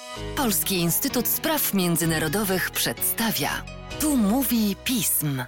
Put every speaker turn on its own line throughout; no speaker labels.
Polski Instytut Spraw Międzynarodowych przedstawia. Tu mówi pism.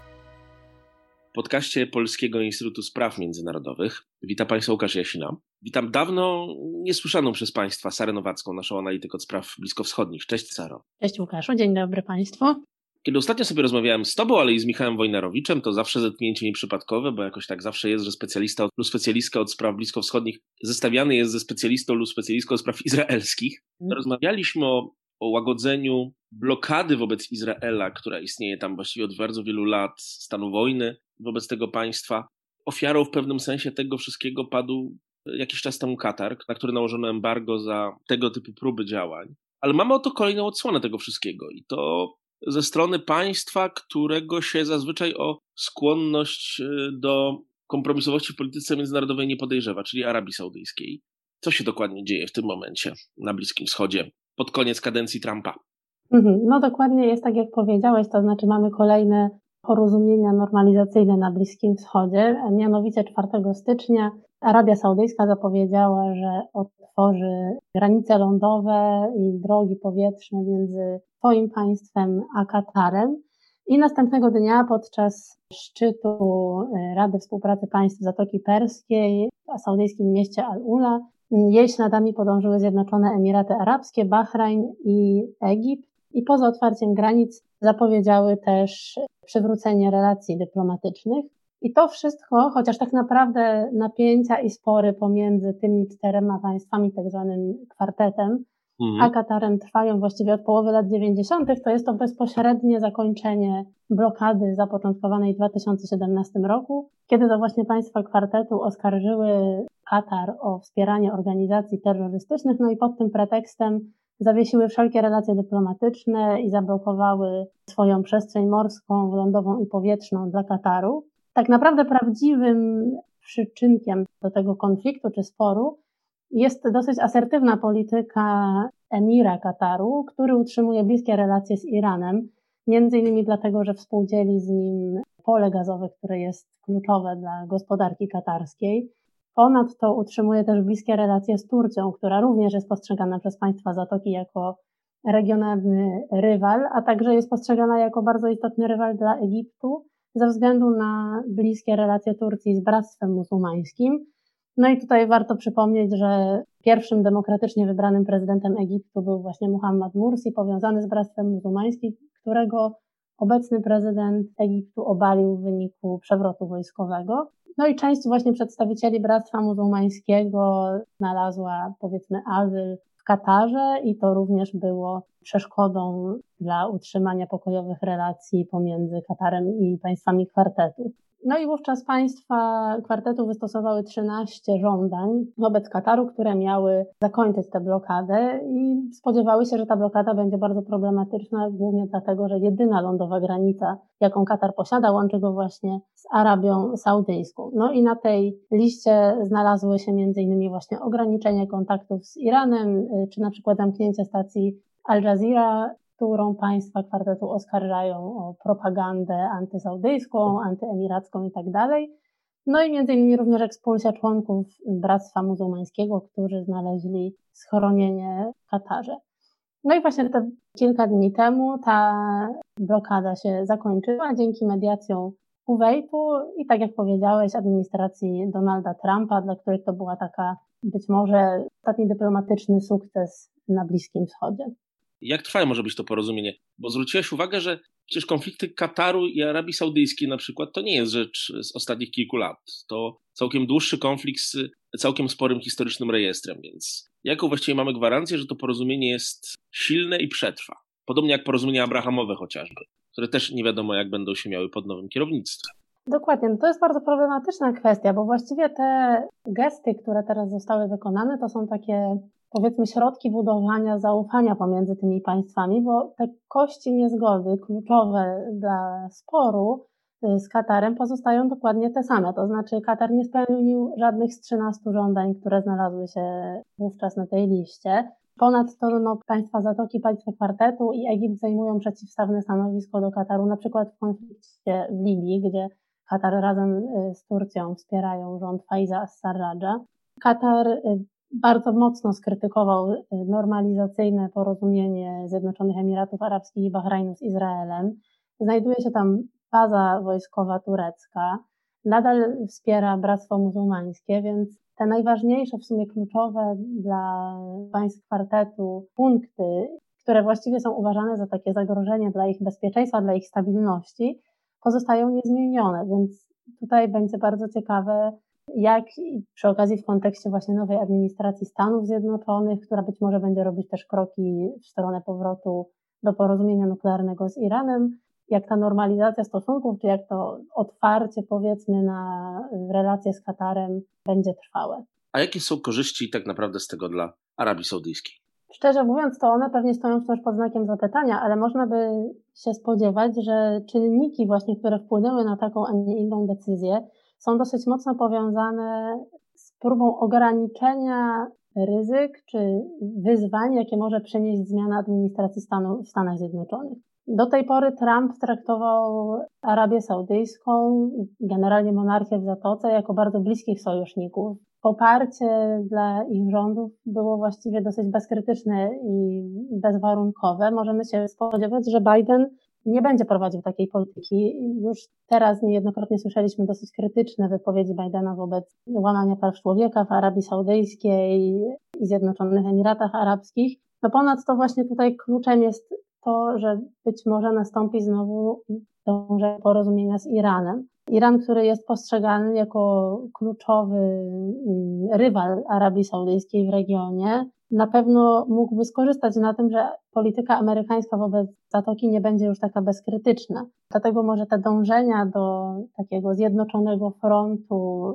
W podcaście Polskiego Instytutu Spraw Międzynarodowych witam Państwa Łukasz Jasina. Witam dawno niesłyszaną przez Państwa Sarę Nowacką, naszą analityk od spraw bliskowschodnich. Cześć Saro.
Cześć Łukaszu, dzień dobry Państwu.
Kiedy ostatnio sobie rozmawiałem z Tobą, ale i z Michałem Wojnarowiczem, to zawsze zetknięcie nieprzypadkowe, bo jakoś tak zawsze jest, że specjalista lub specjalistka od spraw bliskowschodnich zestawiany jest ze specjalistą lub specjalistką od spraw izraelskich. Rozmawialiśmy o łagodzeniu blokady wobec Izraela, która istnieje tam właściwie od bardzo wielu lat, stanu wojny wobec tego państwa. Ofiarą w pewnym sensie tego wszystkiego padł jakiś czas temu Katar, na który nałożono embargo za tego typu próby działań. Ale mamy oto kolejną odsłonę tego wszystkiego i to ze strony państwa, którego się zazwyczaj o skłonność do kompromisowości w polityce międzynarodowej nie podejrzewa, czyli Arabii Saudyjskiej. Co się dokładnie dzieje w tym momencie na Bliskim Wschodzie pod koniec kadencji Trumpa?
No dokładnie jest tak, jak powiedziałeś, to znaczy mamy kolejne porozumienia normalizacyjne na Bliskim Wschodzie. Mianowicie 4 stycznia Arabia Saudyjska zapowiedziała, że otworzy granice lądowe i drogi powietrzne między swoim państwem a Katarem. I następnego dnia podczas szczytu Rady Współpracy Państw Zatoki Perskiej w saudyjskim mieście Al-Ula jej śladami podążyły Zjednoczone Emiraty Arabskie, Bahrajn i Egipt. I poza otwarciem granic zapowiedziały też przywrócenie relacji dyplomatycznych. I to wszystko, chociaż tak naprawdę napięcia i spory pomiędzy tymi 4 państwami, tak zwanym kwartetem, a Katarem trwają właściwie od połowy lat 90., to jest to bezpośrednie zakończenie blokady zapoczątkowanej w 2017 roku, kiedy to właśnie państwa kwartetu oskarżyły Katar o wspieranie organizacji terrorystycznych, no i pod tym pretekstem zawiesiły wszelkie relacje dyplomatyczne i zablokowały swoją przestrzeń morską, lądową i powietrzną dla Kataru. Tak naprawdę prawdziwym przyczynkiem do tego konfliktu czy sporu jest dosyć asertywna polityka emira Kataru, który utrzymuje bliskie relacje z Iranem, między innymi dlatego, że współdzieli z nim pole gazowe, które jest kluczowe dla gospodarki katarskiej. Ponadto utrzymuje też bliskie relacje z Turcją, która również jest postrzegana przez państwa Zatoki jako regionalny rywal, a także jest postrzegana jako bardzo istotny rywal dla Egiptu ze względu na bliskie relacje Turcji z Bractwem Muzułmańskim. No i tutaj warto przypomnieć, że pierwszym demokratycznie wybranym prezydentem Egiptu był właśnie Muhammad Mursi, powiązany z Bractwem Muzułmańskim, którego obecny prezydent Egiptu obalił w wyniku przewrotu wojskowego. No i część właśnie przedstawicieli Bractwa Muzułmańskiego znalazła, powiedzmy, azyl w Katarze i to również było przeszkodą dla utrzymania pokojowych relacji pomiędzy Katarem i państwami kwartetu. No i wówczas państwa kwartetu wystosowały 13 żądań wobec Kataru, które miały zakończyć tę blokadę i spodziewały się, że ta blokada będzie bardzo problematyczna, głównie dlatego, że jedyna lądowa granica, jaką Katar posiada, łączy go właśnie z Arabią Saudyjską. No i na tej liście znalazły się m.in. właśnie ograniczenie kontaktów z Iranem, czy na przykład zamknięcie stacji Al Jazeera, którą państwa kwartetu oskarżają o propagandę antysaudyjską, antyemiracką i tak dalej. No i między innymi również ekspulsja członków Bractwa Muzułmańskiego, którzy znaleźli schronienie w Katarze. No i właśnie te kilka dni temu ta blokada się zakończyła dzięki mediacjom Kuwejtu i tak jak powiedziałeś, administracji Donalda Trumpa, dla których to była taka być może ostatni dyplomatyczny sukces na Bliskim Wschodzie.
Jak trwałe może być to porozumienie? Bo zwróciłeś uwagę, że przecież konflikty Kataru i Arabii Saudyjskiej na przykład to nie jest rzecz z ostatnich kilku lat. To całkiem dłuższy konflikt z całkiem sporym historycznym rejestrem, więc jaką właściwie mamy gwarancję, że to porozumienie jest silne i przetrwa? Podobnie jak porozumienia abrahamowe chociażby, które też nie wiadomo jak będą się miały pod nowym kierownictwem.
Dokładnie, no to jest bardzo problematyczna kwestia, bo właściwie te gesty, które teraz zostały wykonane, to są takie, powiedzmy, środki budowania zaufania pomiędzy tymi państwami, bo te kości niezgody kluczowe dla sporu z Katarem pozostają dokładnie te same. To znaczy Katar nie spełnił żadnych z 13 żądań, które znalazły się wówczas na tej liście. Ponadto państwa Zatoki, państwa kwartetu i Egipt zajmują przeciwstawne stanowisko do Kataru, na przykład w konflikcie w Libii, gdzie Katar razem z Turcją wspierają rząd Faiza As-Sarraja. Katar bardzo mocno skrytykował normalizacyjne porozumienie Zjednoczonych Emiratów Arabskich i Bahrajnu z Izraelem. Znajduje się tam baza wojskowa turecka, nadal wspiera Bractwo Muzułmańskie, więc te najważniejsze, w sumie kluczowe dla państw kwartetu punkty, które właściwie są uważane za takie zagrożenie dla ich bezpieczeństwa, dla ich stabilności, pozostają niezmienione, więc tutaj będzie bardzo ciekawe, jak przy okazji w kontekście właśnie nowej administracji Stanów Zjednoczonych, która być może będzie robić też kroki w stronę powrotu do porozumienia nuklearnego z Iranem, jak ta normalizacja stosunków, czy jak to otwarcie, powiedzmy, na relacje z Katarem będzie trwałe.
A jakie są korzyści tak naprawdę z tego dla Arabii Saudyjskiej?
Szczerze mówiąc, to one pewnie stoją wciąż pod znakiem zapytania, ale można by się spodziewać, że czynniki właśnie, które wpłynęły na taką, a nie inną decyzję, są dosyć mocno powiązane z próbą ograniczenia ryzyk czy wyzwań, jakie może przynieść zmiana administracji stanu w Stanach Zjednoczonych. Do tej pory Trump traktował Arabię Saudyjską i generalnie monarchię w Zatoce jako bardzo bliskich sojuszników. Poparcie dla ich rządów było właściwie dosyć bezkrytyczne i bezwarunkowe. Możemy się spodziewać, że Biden nie będzie prowadził takiej polityki. Już teraz niejednokrotnie słyszeliśmy dosyć krytyczne wypowiedzi Bidena wobec łamania praw człowieka w Arabii Saudyjskiej i Zjednoczonych Emiratach Arabskich. No ponadto właśnie tutaj kluczem jest to, że być może nastąpi znowu dążenie porozumienia z Iranem. Iran, który jest postrzegany jako kluczowy rywal Arabii Saudyjskiej w regionie, na pewno mógłby skorzystać na tym, że polityka amerykańska wobec Zatoki nie będzie już taka bezkrytyczna. Dlatego może te dążenia do takiego zjednoczonego frontu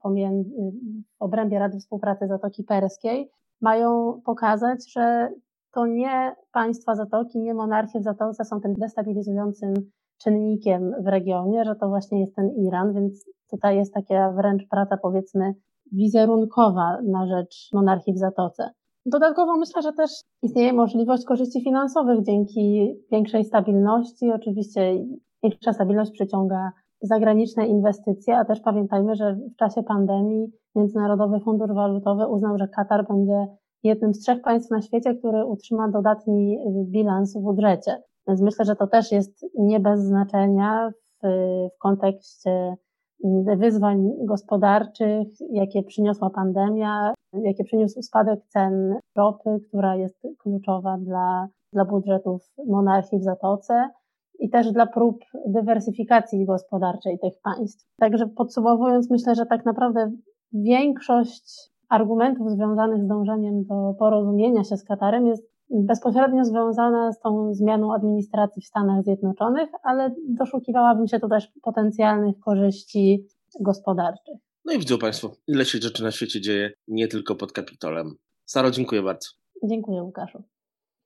w obrębie Rady Współpracy Zatoki Perskiej mają pokazać, że to nie państwa Zatoki, nie monarchie w Zatoce są tym destabilizującym czynnikiem w regionie, że to właśnie jest ten Iran, więc tutaj jest taka wręcz praca, powiedzmy, wizerunkowa na rzecz monarchii w Zatoce. Dodatkowo myślę, że też istnieje możliwość korzyści finansowych dzięki większej stabilności. Oczywiście większa stabilność przyciąga zagraniczne inwestycje, a też pamiętajmy, że w czasie pandemii Międzynarodowy Fundusz Walutowy uznał, że Katar będzie jednym z 3 państw na świecie, który utrzyma dodatni bilans w budżecie. Więc myślę, że to też jest nie bez znaczenia w kontekście wyzwań gospodarczych, jakie przyniosła pandemia, jakie przyniósł spadek cen ropy, która jest kluczowa dla budżetów monarchii w Zatoce i też dla prób dywersyfikacji gospodarczej tych państw. Także podsumowując, myślę, że tak naprawdę większość argumentów związanych z dążeniem do porozumienia się z Katarem jest bezpośrednio związana z tą zmianą administracji w Stanach Zjednoczonych, ale doszukiwałabym się tu też potencjalnych korzyści gospodarczych.
No i widzą Państwo, ile się rzeczy na świecie dzieje, nie tylko pod Kapitolem. Saro, dziękuję bardzo.
Dziękuję, Łukaszu.